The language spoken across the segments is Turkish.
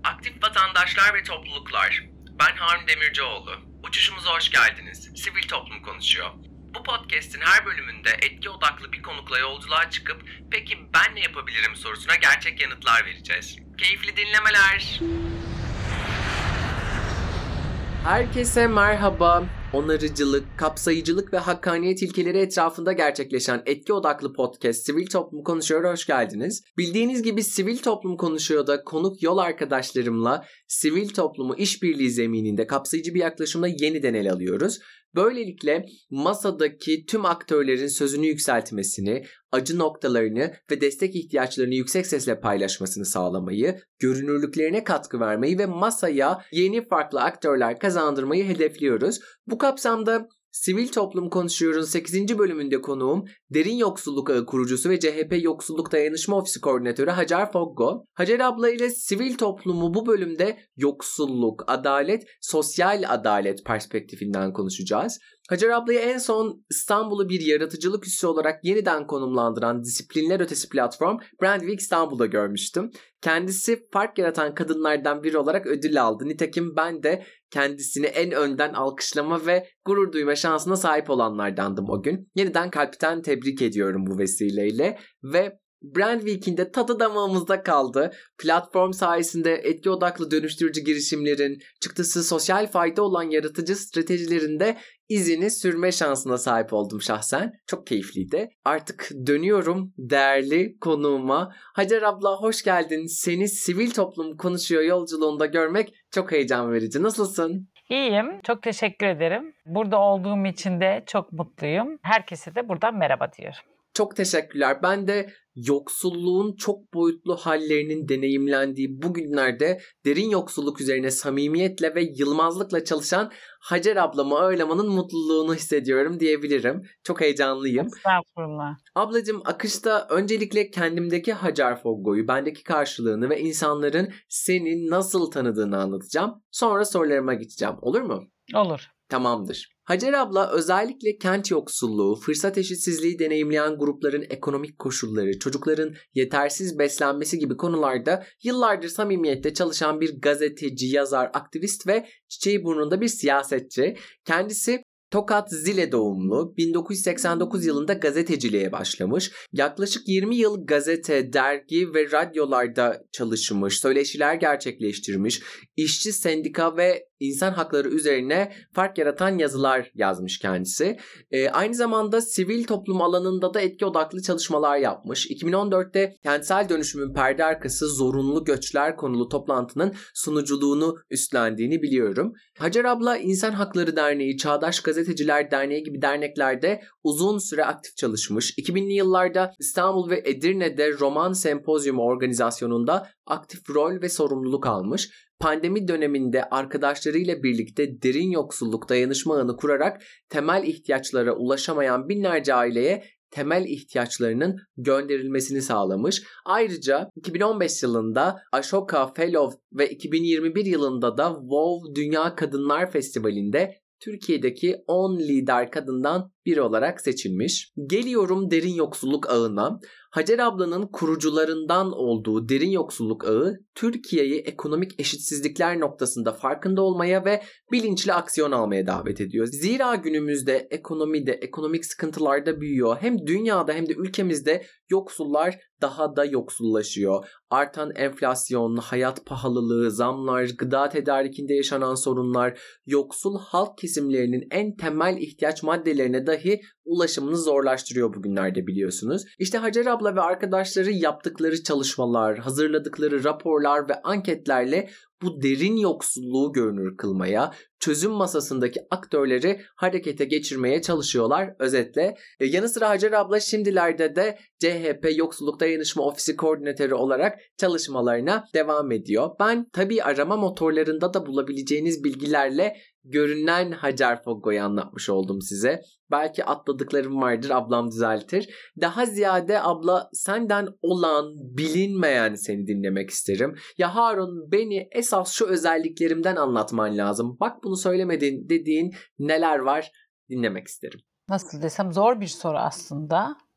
Aktif vatandaşlar ve topluluklar. Ben Harun Demircioğlu. Uçuşumuza hoş geldiniz. Sivil toplum konuşuyor. Bu podcast'in her bölümünde etki odaklı bir konukla yolculuğa çıkıp peki ben ne yapabilirim sorusuna gerçek yanıtlar vereceğiz. Keyifli dinlemeler. Herkese merhaba. Onarıcılık, kapsayıcılık ve hakkaniyet ilkeleri etrafında gerçekleşen etki odaklı podcast Sivil Toplum Konuşuyor'a hoş geldiniz. Bildiğiniz gibi Sivil Toplum Konuşuyor'da konuk yol arkadaşlarımla sivil toplumu işbirliği zemininde kapsayıcı bir yaklaşımla yeniden ele alıyoruz. Böylelikle masadaki tüm aktörlerin sözünü yükseltmesini, acı noktalarını ve destek ihtiyaçlarını yüksek sesle paylaşmasını sağlamayı, görünürlüklerine katkı vermeyi ve masaya yeni farklı aktörler kazandırmayı hedefliyoruz. Bu kapsamda Sivil Toplum Konuşuyor'un 8. bölümünde konuğum Derin Yoksulluk Ağı kurucusu ve CHP Yoksulluk Dayanışma Ofisi Koordinatörü Hacer Foggo. Hacer abla ile sivil toplumu bu bölümde yoksulluk, adalet, sosyal adalet perspektifinden konuşacağız. Hacer ablayı en son İstanbul'u bir yaratıcılık üssü olarak yeniden konumlandıran disiplinler ötesi platform Brand Week İstanbul'da görmüştüm. Kendisi fark yaratan kadınlardan biri olarak ödül aldı. Nitekim ben de kendisini en önden alkışlama ve gurur duyma şansına sahip olanlardandım o gün. Yeniden kalpten tebrik ediyorum bu vesileyle ve Brand Week'in de tadı damağımızda kaldı. Platform sayesinde etki odaklı dönüştürücü girişimlerin, çıktısı sosyal fayda olan yaratıcı stratejilerinde izini sürme şansına sahip oldum şahsen. Çok keyifliydi. Artık dönüyorum değerli konuğuma. Hacer abla hoş geldin. Seni Sivil Toplum Konuşuyor yolculuğunda görmek çok heyecan verici. Nasılsın? İyiyim. Çok teşekkür ederim. Burada olduğum için de çok mutluyum. Herkese de buradan merhaba diyorum. Çok teşekkürler. Ben de yoksulluğun çok boyutlu hallerinin deneyimlendiği bu günlerde derin yoksulluk üzerine samimiyetle ve yılmazlıkla çalışan Hacer ablamı ağırlamanın mutluluğunu hissediyorum diyebilirim. Çok heyecanlıyım. Estağfurullah. Ablacığım akışta öncelikle kendimdeki Hacer Foggo'yu, bendeki karşılığını ve insanların seni nasıl tanıdığını anlatacağım. Sonra sorularıma geçeceğim. Olur mu? Olur. Tamamdır. Hacer abla özellikle kent yoksulluğu, fırsat eşitsizliği deneyimleyen grupların ekonomik koşulları, çocukların yetersiz beslenmesi gibi konularda yıllardır samimiyette çalışan bir gazeteci, yazar, aktivist ve çiçeği burnunda bir siyasetçi. Kendisi Tokat Zile doğumlu, 1989 yılında gazeteciliğe başlamış. Yaklaşık 20 yıl gazete, dergi ve radyolarda çalışmış, söyleşiler gerçekleştirmiş, işçi, sendika ve insan hakları üzerine fark yaratan yazılar yazmış kendisi. Aynı zamanda sivil toplum alanında da etki odaklı çalışmalar yapmış. 2014'te kentsel dönüşümün perde arkası zorunlu göçler konulu toplantının sunuculuğunu üstlendiğini biliyorum. Hacer abla İnsan Hakları Derneği, Çağdaş Gazeteciler Derneği gibi derneklerde uzun süre aktif çalışmış. 2000'li yıllarda İstanbul ve Edirne'de roman sempozyumu organizasyonunda aktif rol ve sorumluluk almış. Pandemi döneminde arkadaşlarıyla birlikte derin yoksulluk dayanışma ağını kurarak temel ihtiyaçlara ulaşamayan binlerce aileye temel ihtiyaçlarının gönderilmesini sağlamış. Ayrıca 2015 yılında Ashoka Fellow ve 2021 yılında da WOW Dünya Kadınlar Festivali'nde Türkiye'deki 10 lider kadından biri olarak seçilmiş. Geliyorum derin yoksulluk ağına. Hacer ablanın kurucularından olduğu derin yoksulluk ağı Türkiye'yi ekonomik eşitsizlikler noktasında farkında olmaya ve bilinçli aksiyon almaya davet ediyor. Zira günümüzde ekonomide, ekonomik sıkıntılarda büyüyor. Hem dünyada hem de ülkemizde yoksullar daha da yoksullaşıyor. Artan enflasyon, hayat pahalılığı, zamlar, gıda tedarikinde yaşanan sorunlar, yoksul halk kesimlerinin en temel ihtiyaç maddelerine dahi ulaşımını zorlaştırıyor bugünlerde biliyorsunuz. İşte Hacer abla ve arkadaşları yaptıkları çalışmalar, hazırladıkları raporlar ve anketlerle bu derin yoksulluğu görünür kılmaya, çözüm masasındaki aktörleri harekete geçirmeye çalışıyorlar özetle. Yanı sıra Hacer abla şimdilerde de CHP Yoksulluk Dayanışma Ofisi Koordinatörü olarak çalışmalarına devam ediyor. Ben tabii arama motorlarında da bulabileceğiniz bilgilerle görünen Hacer Foggo'yu anlatmış oldum size. Belki atladıklarım vardır, ablam düzeltir. Daha ziyade abla senden olan, bilinmeyen seni dinlemek isterim. Ya Harun, beni esas şu özelliklerimden anlatman lazım. Bak bunu söylemedin dediğin neler var, dinlemek isterim. Nasıl desem, zor bir soru aslında.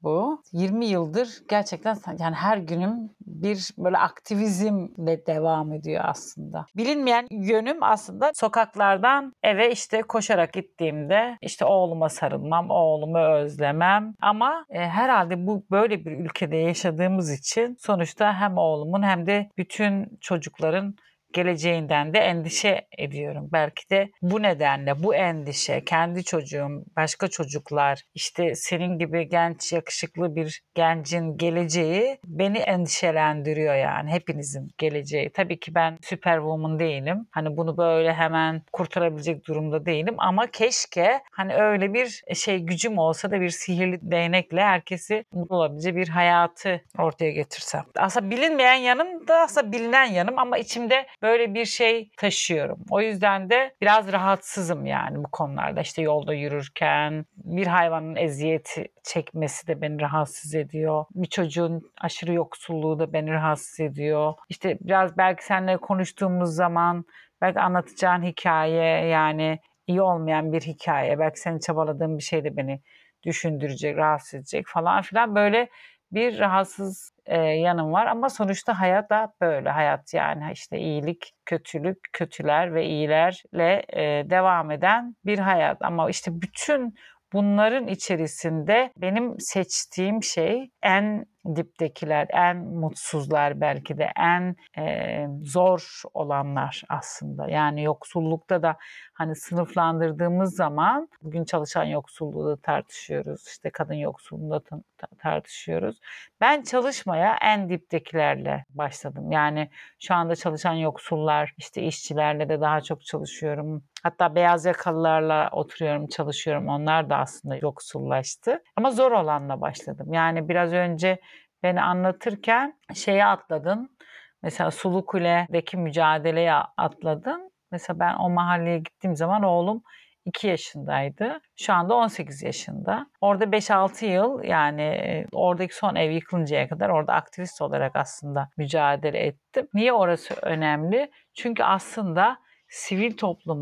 bu. 20 yıldır gerçekten yani her günüm bir böyle aktivizmle devam ediyor aslında. Bilinmeyen yönüm aslında sokaklardan eve işte koşarak gittiğimde işte oğluma sarılmam, oğlumu özlemem. Ama herhalde bu böyle bir ülkede yaşadığımız için sonuçta hem oğlumun hem de bütün çocukların geleceğinden de endişe ediyorum. Belki de bu nedenle bu endişe, kendi çocuğum, başka çocuklar, işte senin gibi genç, yakışıklı bir gencin geleceği beni endişelendiriyor yani. Hepinizin geleceği. Tabii ki ben superwoman değilim. Hani bunu böyle hemen kurtarabilecek durumda değilim ama keşke hani öyle bir gücüm olsa da bir sihirli değnekle herkesi mutlu olabileceği bir hayatı ortaya getirsem. Aslında bilinmeyen yanım da aslında bilinen yanım ama içimde böyle bir şey taşıyorum. O yüzden de biraz rahatsızım yani bu konularda. İşte yolda yürürken bir hayvanın eziyeti çekmesi de beni rahatsız ediyor. Bir çocuğun aşırı yoksulluğu da beni rahatsız ediyor. İşte biraz belki seninle konuştuğumuz zaman belki anlatacağın hikaye yani iyi olmayan bir hikaye. Belki senin çabaladığın bir şey de beni düşündürecek, rahatsız edecek falan filan böyle bir rahatsız yanım var ama sonuçta hayat da böyle. Hayat yani işte iyilik, kötülük, kötüler ve iyilerle devam eden bir hayat. Ama işte bütün bunların içerisinde benim seçtiğim şey en diptekiler, en mutsuzlar belki de en zor olanlar aslında. Yani yoksullukta da hani sınıflandırdığımız zaman bugün çalışan yoksulluğu da tartışıyoruz. İşte kadın yoksulluğunu da tartışıyoruz. Ben çalışmaya en diptekilerle başladım. Yani şu anda çalışan yoksullar, işte işçilerle de daha çok çalışıyorum. Hatta beyaz yakalılarla oturuyorum, çalışıyorum. Onlar da aslında yoksullaştı. Ama zor olanla başladım. Yani biraz önce beni anlatırken şeye atladın. Mesela Sulukule'deki mücadeleye atladın. Mesela ben o mahalleye gittiğim zaman oğlum 2 yaşındaydı. Şu anda 18 yaşında. Orada 5-6 yıl yani oradaki son ev yıkılıncaya kadar orada aktivist olarak aslında mücadele ettim. Niye orası önemli? Çünkü aslında sivil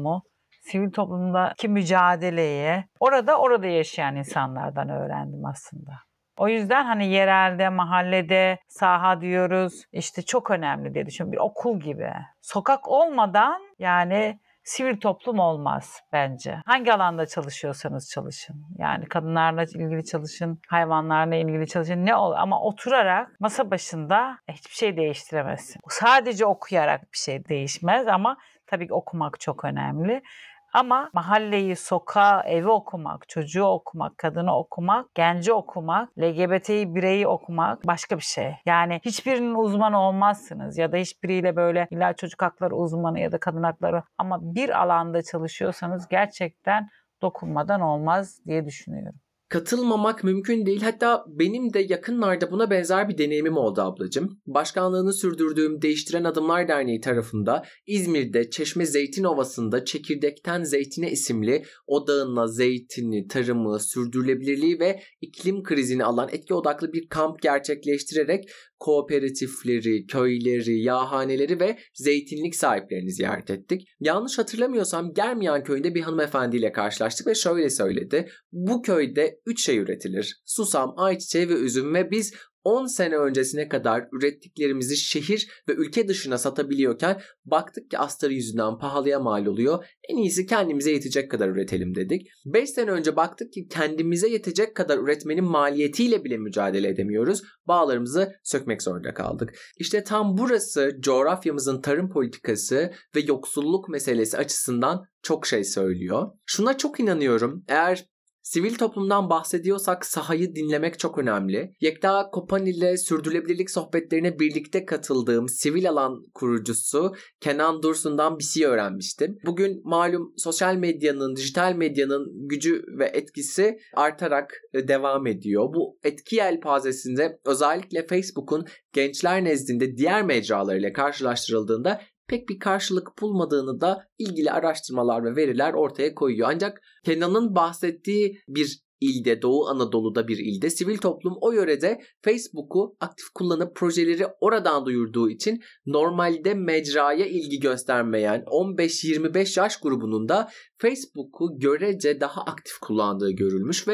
toplumdaki mücadeleye orada yaşayan insanlardan öğrendim aslında. O yüzden hani yerelde, mahallede, saha diyoruz işte çok önemli diye düşünüyorum. Bir okul gibi. Sokak olmadan yani sivil toplum olmaz bence. Hangi alanda çalışıyorsanız çalışın. Yani kadınlarla ilgili çalışın, hayvanlarla ilgili çalışın. Ne ol ama oturarak masa başında hiçbir şey değiştiremezsin. Sadece okuyarak bir şey değişmez ama tabii ki okumak çok önemli. Ama mahalleyi, sokağı, evi okumak, çocuğu okumak, kadını okumak, genci okumak, LGBTİ bireyi okumak başka bir şey. Yani hiçbirinin uzmanı olmazsınız ya da hiçbiriyle böyle illa çocuk hakları uzmanı ya da kadın hakları ama bir alanda çalışıyorsanız gerçekten dokunmadan olmaz diye düşünüyorum. Katılmamak mümkün değil. Hatta benim de yakınlarda buna benzer bir deneyimim oldu ablacığım. Başkanlığını sürdürdüğüm Değiştiren Adımlar Derneği tarafında İzmir'de Çeşme Zeytinovası'nda Çekirdekten Zeytine isimli o dağınla zeytini, tarımı, sürdürülebilirliği ve iklim krizini alan etki odaklı bir kamp gerçekleştirerek kooperatifleri, köyleri, yağhaneleri ve zeytinlik sahiplerini ziyaret ettik. Yanlış hatırlamıyorsam Germiyan köyünde bir hanımefendiyle karşılaştık ve şöyle söyledi. Bu köyde 3 şey üretilir. Susam, ayçiçeği ve üzüm ve biz 10 sene öncesine kadar ürettiklerimizi şehir ve ülke dışına satabiliyorken baktık ki astarı yüzünden pahalıya mal oluyor. En iyisi kendimize yetecek kadar üretelim dedik. 5 sene önce baktık ki kendimize yetecek kadar üretmenin maliyetiyle bile mücadele edemiyoruz. Bağlarımızı sökmek zorunda kaldık. İşte tam burası coğrafyamızın tarım politikası ve yoksulluk meselesi açısından çok şey söylüyor. Şuna çok inanıyorum. Eğer sivil toplumdan bahsediyorsak sahayı dinlemek çok önemli. Yekta Kopan ile sürdürülebilirlik sohbetlerine birlikte katıldığım sivil alan kurucusu Kenan Dursun'dan bir şey öğrenmiştim. Bugün malum sosyal medyanın, dijital medyanın gücü ve etkisi artarak devam ediyor. Bu etki yelpazesinde özellikle Facebook'un gençler nezdinde diğer mecralarıyla karşılaştırıldığında pek bir karşılık bulmadığını da ilgili araştırmalar ve veriler ortaya koyuyor. Ancak Kenan'ın bahsettiği bir ilde, Doğu Anadolu'da bir ilde sivil toplum o yörede Facebook'u aktif kullanıp projeleri oradan duyurduğu için normalde mecraya ilgi göstermeyen 15-25 yaş grubunun da Facebook'u görece daha aktif kullandığı görülmüş ve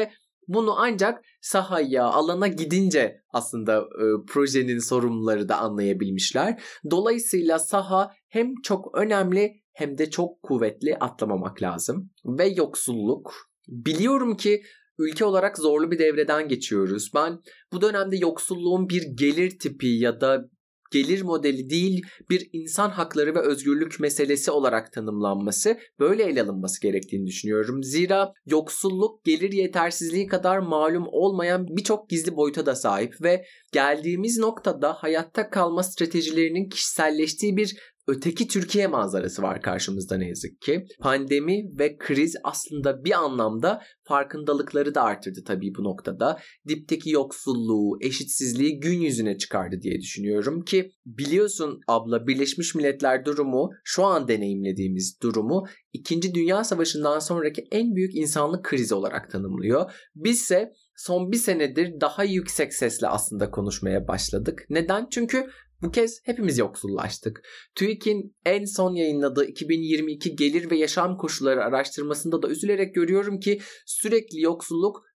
bunu ancak sahaya, alana gidince aslında projenin sorumluları da anlayabilmişler. Dolayısıyla saha hem çok önemli hem de çok kuvvetli, atlamamak lazım. Ve yoksulluk. Biliyorum ki ülke olarak zorlu bir devreden geçiyoruz. Ben bu dönemde yoksulluğun bir gelir tipi ya da gelir modeli değil, bir insan hakları ve özgürlük meselesi olarak tanımlanması, böyle ele alınması gerektiğini düşünüyorum. Zira yoksulluk gelir yetersizliği kadar malum olmayan birçok gizli boyuta da sahip ve geldiğimiz noktada hayatta kalma stratejilerinin kişiselleştiği bir öteki Türkiye manzarası var karşımızda ne yazık ki. Pandemi ve kriz aslında bir anlamda farkındalıkları da artırdı tabii bu noktada. Dipteki yoksulluğu, eşitsizliği gün yüzüne çıkardı diye düşünüyorum ki biliyorsun abla, Birleşmiş Milletler durumu, şu an deneyimlediğimiz durumu 2. Dünya Savaşı'ndan sonraki en büyük insanlık krizi olarak tanımlıyor. Bizse son bir senedir daha yüksek sesle aslında konuşmaya başladık. Neden? Çünkü bu kez hepimiz yoksullaştık. TÜİK'in en son yayınladığı 2022 gelir ve yaşam koşulları araştırmasında da üzülerek görüyorum ki sürekli yoksulluk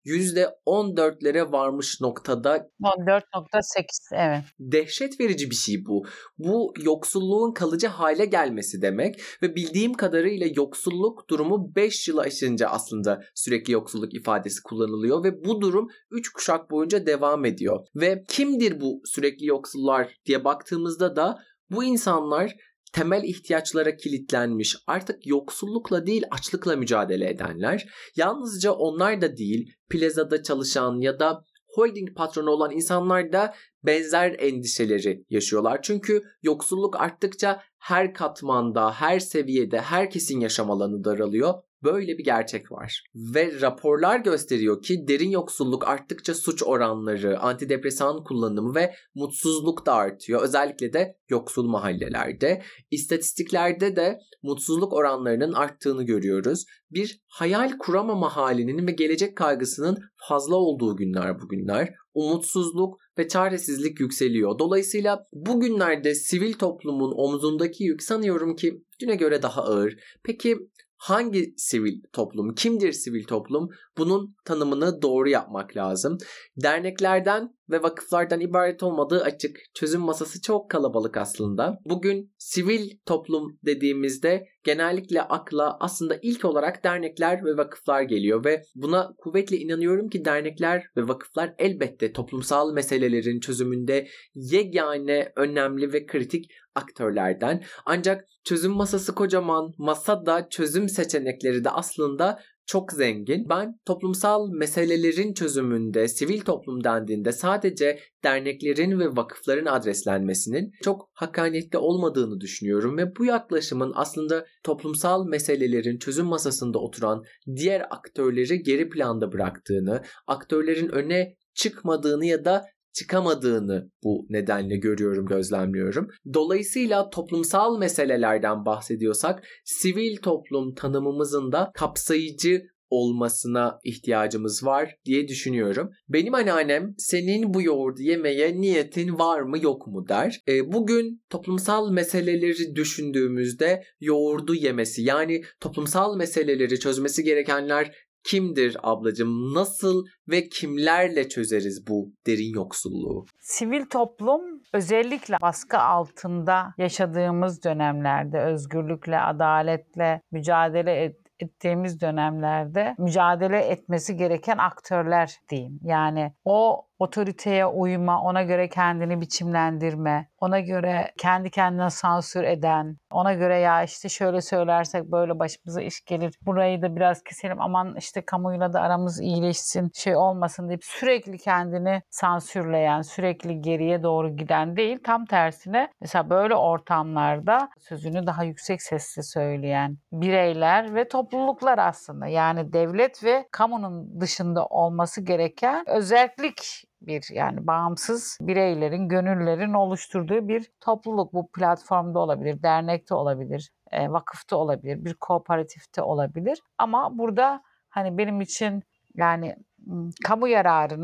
%14'lere varmış noktada. 14.8, evet. Dehşet verici bir şey bu. Bu yoksulluğun kalıcı hale gelmesi demek ve bildiğim kadarıyla yoksulluk durumu 5 yılı aşınca aslında sürekli yoksulluk ifadesi kullanılıyor ve bu durum 3 kuşak boyunca devam ediyor. Ve kimdir bu sürekli yoksullar diye baktığımızda da bu insanlar temel ihtiyaçlara kilitlenmiş, artık yoksullukla değil açlıkla mücadele edenler. Yalnızca onlar da değil, plazada çalışan ya da holding patronu olan insanlar da benzer endişeleri yaşıyorlar. Çünkü yoksulluk arttıkça her katmanda, her seviyede herkesin yaşam alanı daralıyor. Böyle bir gerçek var. Ve raporlar gösteriyor ki derin yoksulluk arttıkça suç oranları, antidepresan kullanımı ve mutsuzluk da artıyor. Özellikle de yoksul mahallelerde. İstatistiklerde de mutsuzluk oranlarının arttığını görüyoruz. Bir hayal kuramama halinin ve gelecek kaygısının fazla olduğu günler bugünler. Umutsuzluk ve çaresizlik yükseliyor. Dolayısıyla bugünlerde sivil toplumun omzundaki yük sanıyorum ki düne göre daha ağır. Peki hangi sivil toplum? Kimdir sivil toplum? Bunun tanımını doğru yapmak lazım. Derneklerden ve vakıflardan ibaret olmadığı açık. Çözüm masası çok kalabalık aslında. Bugün sivil toplum dediğimizde genellikle akla aslında ilk olarak dernekler ve vakıflar geliyor ve buna kuvvetle inanıyorum ki dernekler ve vakıflar elbette toplumsal meselelerin çözümünde yegane, önemli ve kritik aktörlerden. Ancak çözüm masası kocaman, masada çözüm seçenekleri de aslında çok zengin. Ben toplumsal meselelerin çözümünde sivil toplum dendiğinde sadece derneklerin ve vakıfların adreslenmesinin çok hakkaniyetli olmadığını düşünüyorum ve bu yaklaşımın aslında toplumsal meselelerin çözüm masasında oturan diğer aktörleri geri planda bıraktığını, aktörlerin öne çıkmadığını ya da çıkamadığını bu nedenle görüyorum, gözlemliyorum. Dolayısıyla toplumsal meselelerden bahsediyorsak sivil toplum tanımımızın da kapsayıcı olmasına ihtiyacımız var diye düşünüyorum. Benim anneannem senin bu yoğurdu yemeye niyetin var mı yok mu der. Bugün toplumsal meseleleri düşündüğümüzde yoğurdu yemesi, yani toplumsal meseleleri çözmesi gerekenler kimdir ablacığım? Nasıl ve kimlerle çözeriz bu derin yoksulluğu? Sivil toplum özellikle baskı altında yaşadığımız dönemlerde, özgürlükle, adaletle mücadele ettiğimiz dönemlerde mücadele etmesi gereken aktörler diyeyim. Yani o otoriteye uyma, ona göre kendini biçimlendirme, ona göre kendi kendine sansür eden, ona göre ya işte şöyle söylersek böyle başımıza iş gelir, burayı da biraz keselim, aman işte kamuyla da aramız iyileşsin, şey olmasın deyip sürekli kendini sansürleyen, sürekli geriye doğru giden değil, tam tersine mesela böyle ortamlarda sözünü daha yüksek sesle söyleyen bireyler ve topluluklar aslında, yani devlet ve kamunun dışında olması gereken özellik bir, yani bağımsız bireylerin, gönüllerin oluşturduğu bir topluluk. Bu platformda olabilir, dernekte olabilir, vakıfta olabilir, bir kooperatifte olabilir. Ama burada hani benim için yani kamu yararına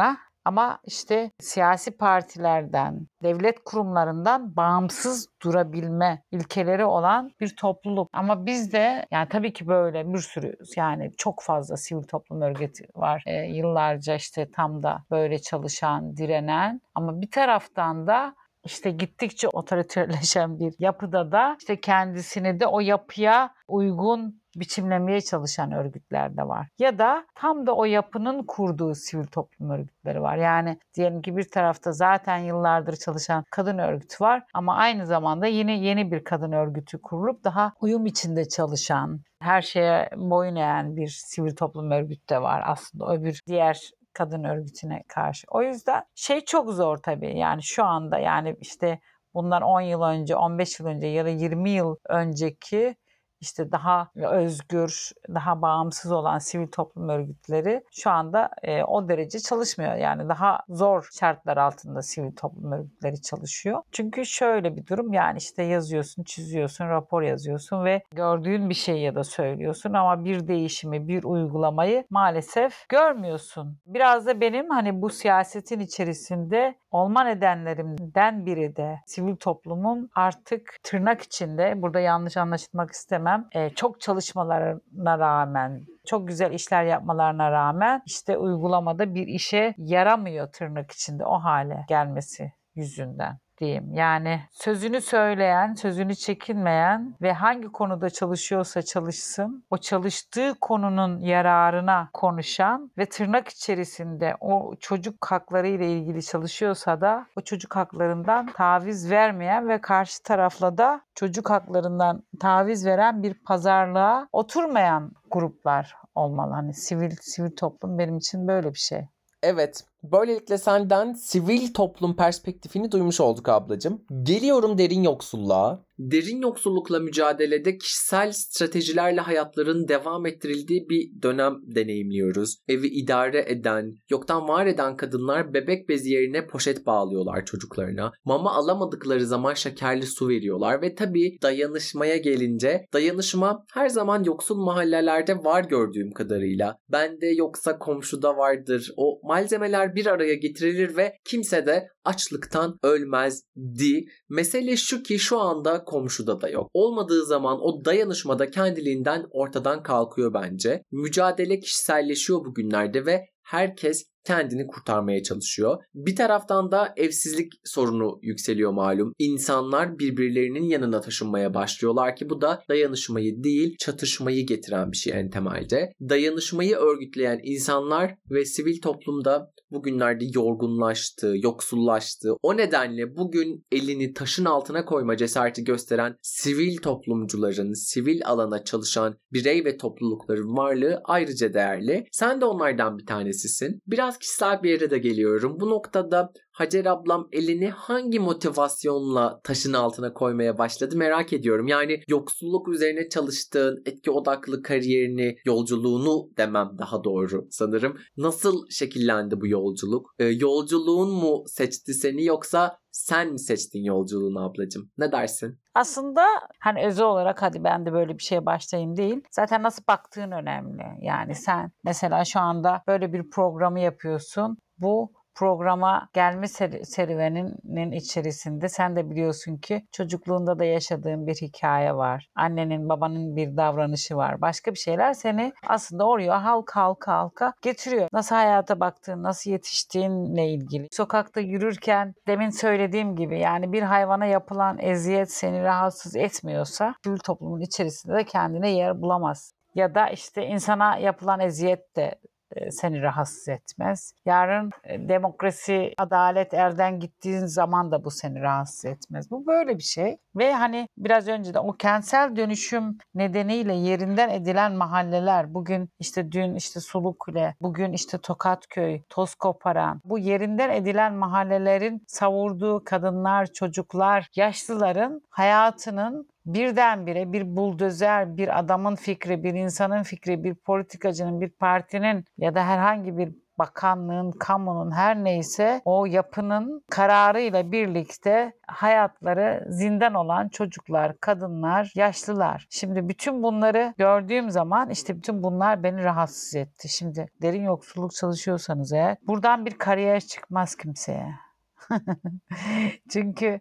Ama işte siyasi partilerden, devlet kurumlarından bağımsız durabilme ilkeleri olan bir topluluk. Ama bizde yani tabii ki böyle bir sürü yani çok fazla sivil toplum örgütü var. Yıllarca işte tam da böyle çalışan, direnen ama bir taraftan da işte gittikçe otoriterleşen bir yapıda da işte kendisini de o yapıya uygun biçimlemeye çalışan örgütler de var. Ya da tam da o yapının kurduğu sivil toplum örgütleri var. Yani diyelim ki bir tarafta zaten yıllardır çalışan kadın örgütü var ama aynı zamanda yeni bir kadın örgütü kurulup daha uyum içinde çalışan, her şeye boyun eğen bir sivil toplum örgütü de var aslında öbür diğer kadın örgütüne karşı. O yüzden çok zor tabii. Yani şu anda yani işte bundan 10 yıl önce, 15 yıl önce ya da 20 yıl önceki işte daha özgür, daha bağımsız olan sivil toplum örgütleri şu anda o derece çalışmıyor. Yani daha zor şartlar altında sivil toplum örgütleri çalışıyor. Çünkü şöyle bir durum yani işte yazıyorsun, çiziyorsun, rapor yazıyorsun ve gördüğün bir şeyi ya da söylüyorsun ama bir değişimi, bir uygulamayı maalesef görmüyorsun. Biraz da benim hani bu siyasetin içerisinde olma nedenlerimden biri de sivil toplumun artık tırnak içinde, burada yanlış anlaşılmak istemem, çok çalışmalarına rağmen, çok güzel işler yapmalarına rağmen işte uygulamada bir işe yaramıyor tırnak içinde o hale gelmesi yüzünden diyeyim. Yani sözünü söyleyen, sözünü çekinmeyen ve hangi konuda çalışıyorsa çalışsın, o çalıştığı konunun yararına konuşan ve tırnak içerisinde o çocuk hakları ile ilgili çalışıyorsa da o çocuk haklarından taviz vermeyen ve karşı tarafla da çocuk haklarından taviz veren bir pazarlığa oturmayan gruplar olmalı. Hani sivil toplum benim için böyle bir şey. Evet, böylelikle senden sivil toplum perspektifini duymuş olduk ablacığım. Geliyorum derin yoksulluğa. Derin yoksullukla mücadelede kişisel stratejilerle hayatların devam ettirildiği bir dönem deneyimliyoruz. Evi idare eden, yoktan var eden kadınlar bebek bezi yerine poşet bağlıyorlar çocuklarına. Mama alamadıkları zaman şekerli su veriyorlar ve tabii dayanışmaya gelince dayanışma her zaman yoksul mahallelerde var gördüğüm kadarıyla. Bende yoksa komşuda vardır. O malzemeler bir araya getirilir ve kimse de açlıktan ölmezdi. Mesele şu ki şu anda komşuda da yok. Olmadığı zaman o dayanışma da kendiliğinden ortadan kalkıyor bence. Mücadele kişiselleşiyor bugünlerde ve herkes kendini kurtarmaya çalışıyor. Bir taraftan da evsizlik sorunu yükseliyor malum. İnsanlar birbirlerinin yanına taşınmaya başlıyorlar ki bu da dayanışmayı değil çatışmayı getiren bir şey en temelde. Dayanışmayı örgütleyen insanlar ve sivil toplumda bugünlerde yorgunlaştı, yoksullaştı. O nedenle bugün elini taşın altına koyma cesareti gösteren sivil toplumcuların, sivil alana çalışan birey ve toplulukların varlığı ayrıca değerli. Sen de onlardan bir tanesisin. Biraz kişisel bir yere de geliyorum. Bu noktada Hacer ablam elini hangi motivasyonla taşın altına koymaya başladı merak ediyorum. Yani yoksulluk üzerine çalıştığın etki odaklı kariyerini, yolculuğunu demem daha doğru sanırım. Nasıl şekillendi bu yolculuk? Yolculuğun mu seçti seni yoksa sen mi seçtin yolculuğunu ablacığım? Ne dersin? Aslında hani özel olarak hadi ben de böyle bir şeye başlayayım değil. Zaten nasıl baktığın önemli. Yani sen mesela şu anda böyle bir programı yapıyorsun. Bu programa gelme serüveninin içerisinde sen de biliyorsun ki çocukluğunda da yaşadığın bir hikaye var. Annenin babanın bir davranışı var. Başka bir şeyler seni aslında oraya halka getiriyor. Nasıl hayata baktığın, nasıl yetiştiğinle ilgili. Sokakta yürürken demin söylediğim gibi yani bir hayvana yapılan eziyet seni rahatsız etmiyorsa sivil toplumun içerisinde de kendine yer bulamazsın. Ya da işte insana yapılan eziyet de seni rahatsız etmez. Yarın demokrasi, adalet elden gittiğin zaman da bu seni rahatsız etmez. Bu böyle bir şey. Ve hani biraz önce de o kentsel dönüşüm nedeniyle yerinden edilen mahalleler, bugün işte dün işte Sulukule, bugün işte Tokatköy, Tozkoparan, bu yerinden edilen mahallelerin savurduğu kadınlar, çocuklar, yaşlıların hayatının birdenbire bir buldozer, bir adamın fikri, bir insanın fikri, bir politikacının, bir partinin ya da herhangi bir bakanlığın, kamunun her neyse o yapının kararıyla birlikte hayatları zindan olan çocuklar, kadınlar, yaşlılar. Şimdi bütün bunları gördüğüm zaman işte bütün bunlar beni rahatsız etti. Şimdi derin yoksulluk çalışıyorsanız eğer buradan bir kariyer çıkmaz kimseye. Çünkü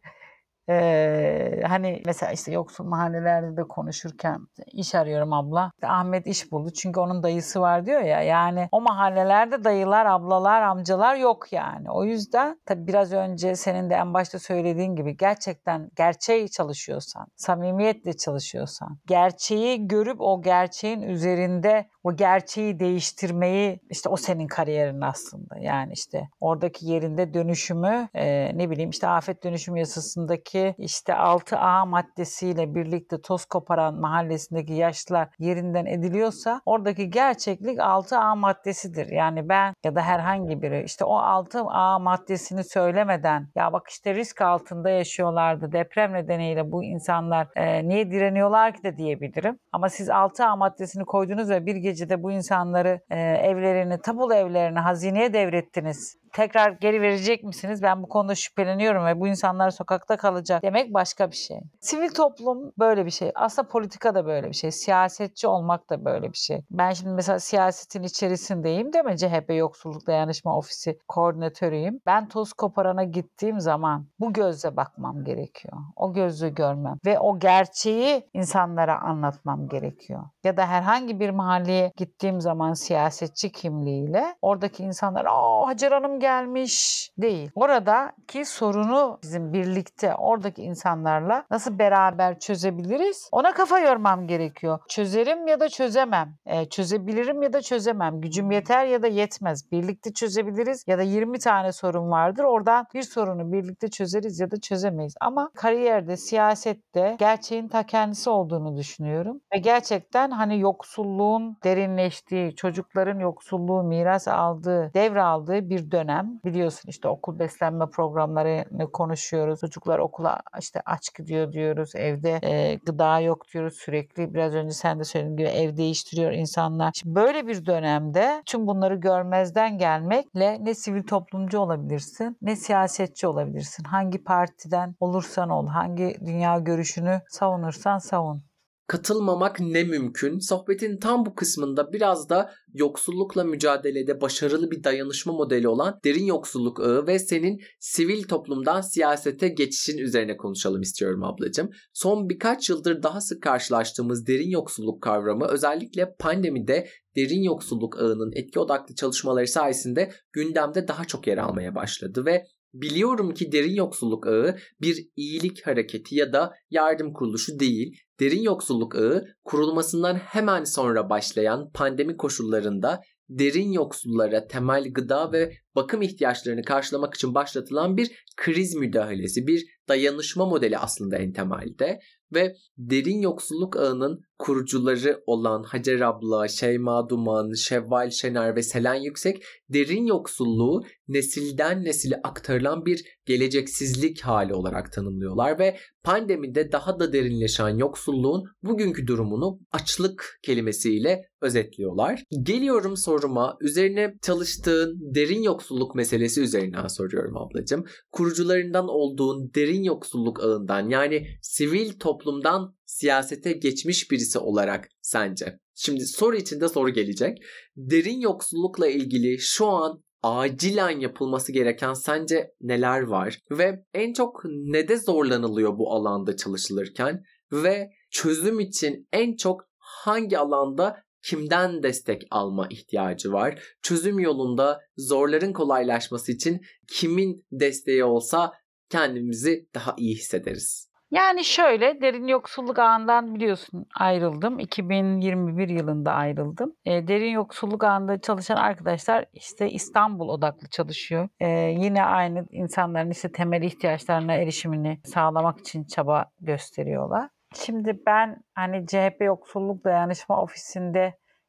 hani mesela işte yoksul mahallelerde de konuşurken iş arıyorum abla. İşte Ahmet iş buldu çünkü onun dayısı var diyor ya. Yani o mahallelerde dayılar, ablalar, amcalar yok yani. O yüzden tabii biraz önce senin de en başta söylediğin gibi gerçekten gerçeği çalışıyorsan, samimiyetle çalışıyorsan, gerçeği görüp o gerçeğin üzerinde o gerçeği değiştirmeyi işte o senin kariyerin aslında. Yani işte oradaki yerinde dönüşümü ne bileyim işte afet dönüşüm yasasındaki işte 6A maddesiyle birlikte toz koparan mahallesindeki yaşlılar yerinden ediliyorsa oradaki gerçeklik 6A maddesidir. Yani ben ya da herhangi biri işte o 6A maddesini söylemeden ya bak işte risk altında yaşıyorlardı deprem nedeniyle bu insanlar niye direniyorlar ki de diyebilirim. Ama siz 6A maddesini koydunuz ve bir gecede bu insanları evlerini, tapulu evlerini hazineye devrettiniz. Tekrar geri verecek misiniz? Ben bu konuda şüpheleniyorum ve bu insanlar sokakta kalacak demek başka bir şey. Sivil toplum böyle bir şey. Aslında politika da böyle bir şey. Siyasetçi olmak da böyle bir şey. Ben şimdi mesela siyasetin içerisindeyim değil mi? CHP Yoksulluk Dayanışma Ofisi koordinatörüyüm. Ben toz koparana gittiğim zaman bu gözle bakmam gerekiyor. O gözle görmem ve o gerçeği insanlara anlatmam gerekiyor. Ya da herhangi bir mahalleye gittiğim zaman siyasetçi kimliğiyle oradaki insanlar Hacer Hanım gelmiş değil. Oradaki sorunu bizim birlikte oradaki insanlarla nasıl beraber çözebiliriz? Ona kafa yormam gerekiyor. Çözerim ya da çözemem. Çözebilirim ya da çözemem. Gücüm yeter ya da yetmez. Birlikte çözebiliriz ya da 20 tane sorun vardır. Oradan bir sorunu birlikte çözeriz ya da çözemeyiz. Ama kariyerde, siyasette gerçeğin ta kendisi olduğunu düşünüyorum. Ve gerçekten hani yoksulluğun derinleştiği, çocukların yoksulluğu miras aldığı, devraldığı bir dönem. Biliyorsun işte okul beslenme programlarını konuşuyoruz. Çocuklar okula işte aç gidiyor diyoruz. Evde gıda yok diyoruz. Sürekli biraz önce sen de söylediğin gibi ev değiştiriyor insanlar. Şimdi böyle bir dönemde tüm bunları görmezden gelmekle ne sivil toplumcu olabilirsin ne siyasetçi olabilirsin. Hangi partiden olursan ol, hangi dünya görüşünü savunursan savun. Katılmamak ne mümkün? Sohbetin tam bu kısmında biraz da yoksullukla mücadelede başarılı bir dayanışma modeli olan derin yoksulluk ağı ve senin sivil toplumdan siyasete geçişin üzerine konuşalım istiyorum ablacığım. Son birkaç yıldır daha sık karşılaştığımız derin yoksulluk kavramı özellikle pandemide derin yoksulluk ağının etki odaklı çalışmaları sayesinde gündemde daha çok yer almaya başladı ve biliyorum ki derin yoksulluk ağı bir iyilik hareketi ya da yardım kuruluşu değil. Derin yoksulluk ağı kurulmasından hemen sonra başlayan pandemi koşullarında derin yoksullara temel gıda ve bakım ihtiyaçlarını karşılamak için başlatılan bir kriz müdahalesi, bir dayanışma modeli aslında en temelde. Ve derin yoksulluk ağının kurucuları olan Hacer abla, Şeyma Duman, Şevval Şener ve Selen Yüksek derin yoksulluğu nesilden nesile aktarılan bir geleceksizlik hali olarak tanımlıyorlar ve pandemide daha da derinleşen yoksulluğun bugünkü durumunu açlık kelimesiyle özetliyorlar. Geliyorum soruma, üzerine çalıştığın derin yoksulluk meselesi üzerinden soruyorum ablacığım. Kurucularından olduğun derin yoksulluk ağından yani sivil toplumdan siyasete geçmiş birisi olarak sence? Şimdi soru içinde soru gelecek. Derin yoksullukla ilgili şu an acilen yapılması gereken sence neler var? Ve en çok nede zorlanılıyor bu alanda çalışılırken? Ve çözüm için en çok hangi alanda kimden destek alma ihtiyacı var? Çözüm yolunda zorların kolaylaşması için kimin desteği olsa kendimizi daha iyi hissederiz? Yani şöyle derin yoksulluk ağından biliyorsun ayrıldım. 2021 yılında ayrıldım. Derin yoksulluk ağında çalışan arkadaşlar işte İstanbul odaklı çalışıyor. Yine aynı insanların işte temel ihtiyaçlarına erişimini sağlamak için çaba gösteriyorlar. Şimdi ben hani CHP Yoksulluk Dayanışma Ofisi'nde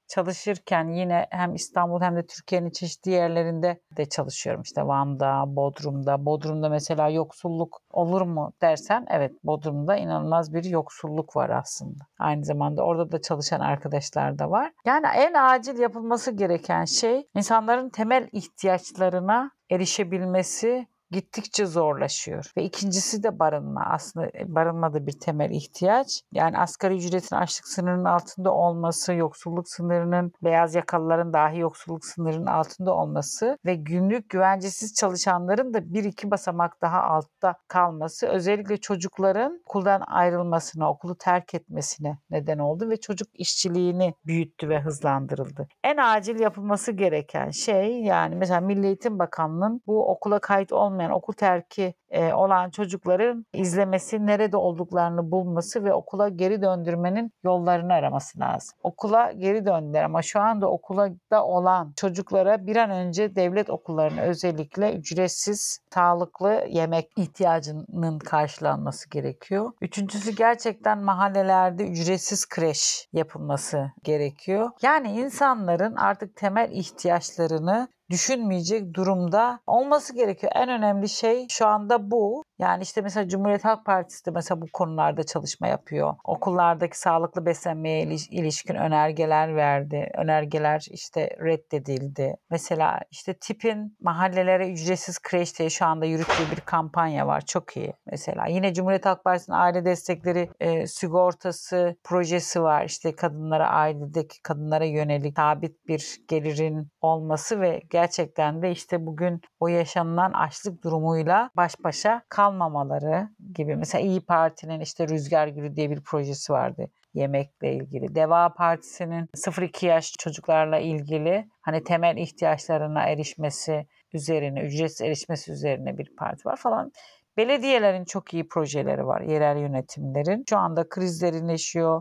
çalışırken yine hem İstanbul hem de Türkiye'nin çeşitli yerlerinde de çalışıyorum. İşte Van'da, Bodrum'da. Bodrum'da mesela yoksulluk olur mu dersen, evet, Bodrum'da inanılmaz bir yoksulluk var aslında. Aynı zamanda orada da çalışan arkadaşlar da var. Yani en acil yapılması gereken şey insanların temel ihtiyaçlarına erişebilmesi gittikçe zorlaşıyor. Ve ikincisi de barınma. Aslında barınma da bir temel ihtiyaç. Yani asgari ücretin açlık sınırının altında olması, yoksulluk sınırının, beyaz yakalıların dahi yoksulluk sınırının altında olması ve günlük güvencesiz çalışanların da bir iki basamak daha altta kalması özellikle çocukların okuldan ayrılmasına, okulu terk etmesine neden oldu ve çocuk işçiliğini büyüttü ve hızlandırıldı. En acil yapılması gereken şey, yani mesela Milli Eğitim Bakanlığı'nın bu okula kayıt olmayan, okul terki olan çocukların izlemesi, nerede olduklarını bulması ve okula geri döndürmenin yollarını araması lazım. Okula geri döndüler ama şu anda okulda olan çocuklara bir an önce devlet okullarına özellikle ücretsiz sağlıklı yemek ihtiyacının karşılanması gerekiyor. Üçüncüsü, gerçekten mahallelerde ücretsiz kreş yapılması gerekiyor. Yani insanların artık temel ihtiyaçlarını düşünmeyecek durumda olması gerekiyor. En önemli şey şu anda bu. Yani işte mesela Cumhuriyet Halk Partisi de mesela bu konularda çalışma yapıyor. Okullardaki sağlıklı beslenmeye ilişkin önergeler verdi. Önergeler işte reddedildi. Mesela işte TİP'in mahallelere ücretsiz kreş diye şu anda yürüttüğü bir kampanya var. Çok iyi. Mesela yine Cumhuriyet Halk Partisi'nin aile destekleri sigortası projesi var. İşte kadınlara, ailedeki kadınlara yönelik sabit bir gelirin olması ve gerçekten de işte bugün o yaşanılan açlık durumuyla baş başa kalmamaları gibi. Mesela İYİ Parti'nin işte Rüzgar Gülü diye bir projesi vardı yemekle ilgili. Deva Partisi'nin 0-2 yaş çocuklarla ilgili hani temel ihtiyaçlarına erişmesi üzerine, ücretsiz erişmesi üzerine bir parti var falan. Belediyelerin çok iyi projeleri var, yerel yönetimlerin. Şu anda kriz derinleşiyor,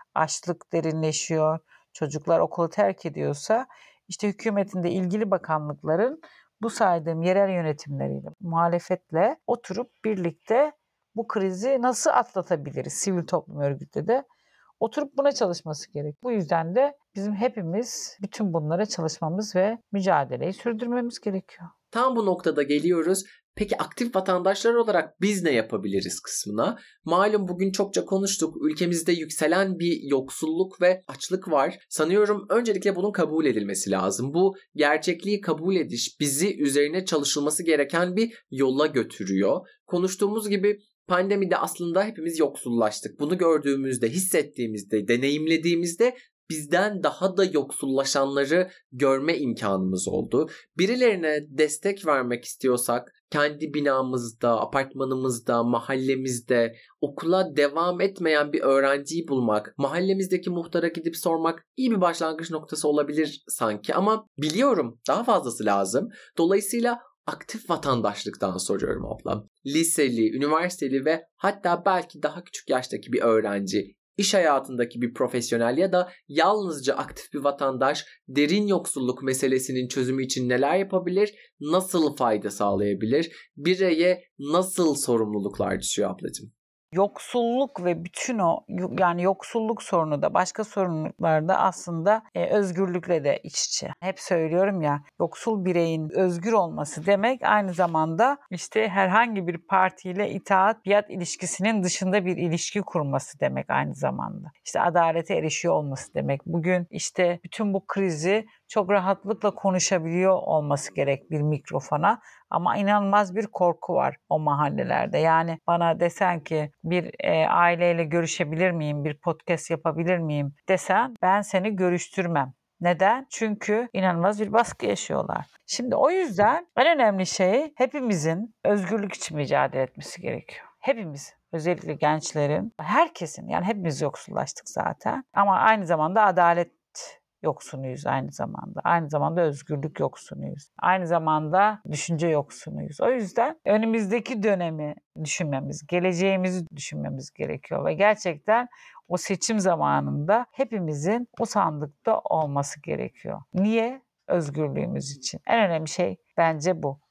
açlık derinleşiyor, çocuklar okulu terk ediyorsa işte hükümetin de ilgili bakanlıkların bu saydığım yerel yönetimleriyle, muhalefetle oturup birlikte bu krizi nasıl atlatabiliriz? Sivil toplum örgütü de oturup buna çalışması gerek. Bu yüzden de bizim hepimiz bütün bunlara çalışmamız ve mücadeleyi sürdürmemiz gerekiyor. Tam bu noktada geliyoruz. Peki aktif vatandaşlar olarak biz ne yapabiliriz kısmına? Malum bugün çokça konuştuk. Ülkemizde yükselen bir yoksulluk ve açlık var. Sanıyorum öncelikle bunun kabul edilmesi lazım. Bu gerçekliği kabul ediş bizi üzerine çalışılması gereken bir yola götürüyor. Konuştuğumuz gibi pandemide aslında hepimiz yoksullaştık. Bunu gördüğümüzde, hissettiğimizde, deneyimlediğimizde bizden daha da yoksullaşanları görme imkanımız oldu. Birilerine destek vermek istiyorsak kendi binamızda, apartmanımızda, mahallemizde okula devam etmeyen bir öğrenciyi bulmak, mahallemizdeki muhtara gidip sormak iyi bir başlangıç noktası olabilir sanki ama biliyorum daha fazlası lazım. Dolayısıyla aktif vatandaşlıktan soruyorum ablam. Liseli, üniversiteli ve hatta belki daha küçük yaştaki bir öğrenci, İş hayatındaki bir profesyonel ya da yalnızca aktif bir vatandaş derin yoksulluk meselesinin çözümü için neler yapabilir, nasıl fayda sağlayabilir, bireye nasıl sorumluluklar düşüyor ablacığım? Yoksulluk ve bütün o yani yoksulluk sorunu da başka sorunlar da aslında özgürlükle de iç içe. Hep söylüyorum ya, yoksul bireyin özgür olması demek aynı zamanda işte herhangi bir partiyle itaat biat ilişkisinin dışında bir ilişki kurması demek aynı zamanda. İşte adalete erişiyor olması demek. Bugün işte bütün bu krizi çok rahatlıkla konuşabiliyor olması gerek bir mikrofona. Ama inanılmaz bir korku var o mahallelerde. Yani bana desen ki bir aileyle görüşebilir miyim, bir podcast yapabilir miyim desen ben seni görüştürmem. Neden? Çünkü inanılmaz bir baskı yaşıyorlar. Şimdi o yüzden en önemli şey hepimizin özgürlük için mücadele etmesi gerekiyor. Hepimiz. Özellikle gençlerin, herkesin, yani hepimiz yoksullaştık zaten. Ama aynı zamanda adalet yoksunuyuz aynı zamanda. Aynı zamanda özgürlük yoksunuyuz. Aynı zamanda düşünce yoksunuyuz. O yüzden önümüzdeki dönemi düşünmemiz, geleceğimizi düşünmemiz gerekiyor ve gerçekten o seçim zamanında hepimizin o sandıkta olması gerekiyor. Niye? Özgürlüğümüz için. En önemli şey bence bu.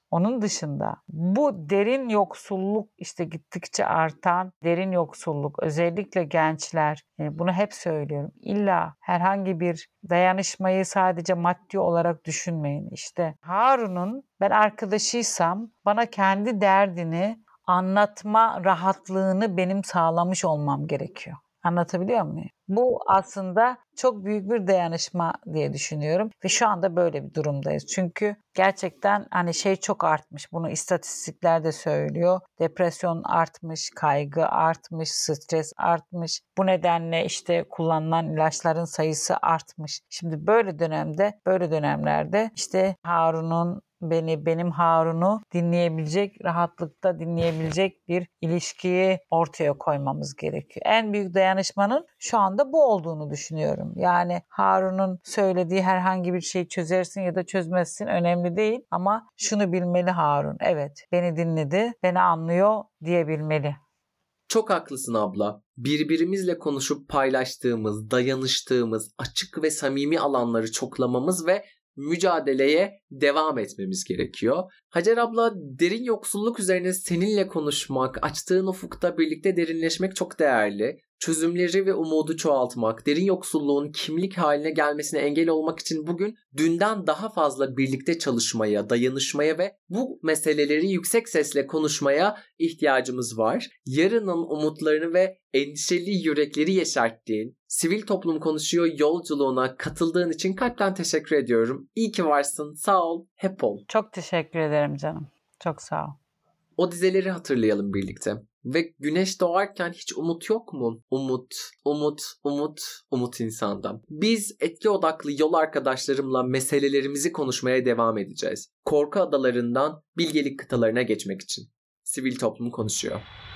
Onun dışında bu derin yoksulluk, işte gittikçe artan derin yoksulluk, özellikle gençler, bunu hep söylüyorum. İlla herhangi bir dayanışmayı sadece maddi olarak düşünmeyin. İşte Harun'un ben arkadaşıysam bana kendi derdini anlatma rahatlığını benim sağlamış olmam gerekiyor. Anlatabiliyor muyum? Bu aslında çok büyük bir dayanışma diye düşünüyorum ve şu anda böyle bir durumdayız. Çünkü gerçekten hani çok artmış. Bunu istatistikler de söylüyor. Depresyon artmış, kaygı artmış, stres artmış. Bu nedenle işte kullanılan ilaçların sayısı artmış. Şimdi böyle dönemlerde işte benim Harun'u dinleyebilecek, rahatlıkta dinleyebilecek bir ilişkiyi ortaya koymamız gerekiyor. En büyük dayanışmanın şu anda bu olduğunu düşünüyorum. Yani Harun'un söylediği herhangi bir şeyi çözersin ya da çözmezsin önemli değil ama şunu bilmeli Harun. Evet, beni dinledi, beni anlıyor diyebilmeli. Çok haklısın abla. Birbirimizle konuşup paylaştığımız, dayanıştığımız, açık ve samimi alanları çoklamamız ve mücadeleye devam etmemiz gerekiyor. Hacer abla, derin yoksulluk üzerine seninle konuşmak, açtığın ufukta birlikte derinleşmek çok değerli. Çözümleri ve umudu çoğaltmak, derin yoksulluğun kimlik haline gelmesine engel olmak için bugün dünden daha fazla birlikte çalışmaya, dayanışmaya ve bu meseleleri yüksek sesle konuşmaya ihtiyacımız var. Yarının umutlarını ve endişeli yürekleri yeşerttiğin Sivil Toplum Konuşuyor yolculuğuna katıldığın için kalpten teşekkür ediyorum. İyi ki varsın. Sağ ol. Hep ol. Çok teşekkür ederim canım. Çok sağ ol. O dizeleri hatırlayalım birlikte. Ve güneş doğarken hiç umut yok mu? Umut, umut, umut, umut insanda. Biz etki odaklı yol arkadaşlarımla meselelerimizi konuşmaya devam edeceğiz. Korku adalarından bilgelik kıtalarına geçmek için. Sivil Toplum Konuşuyor.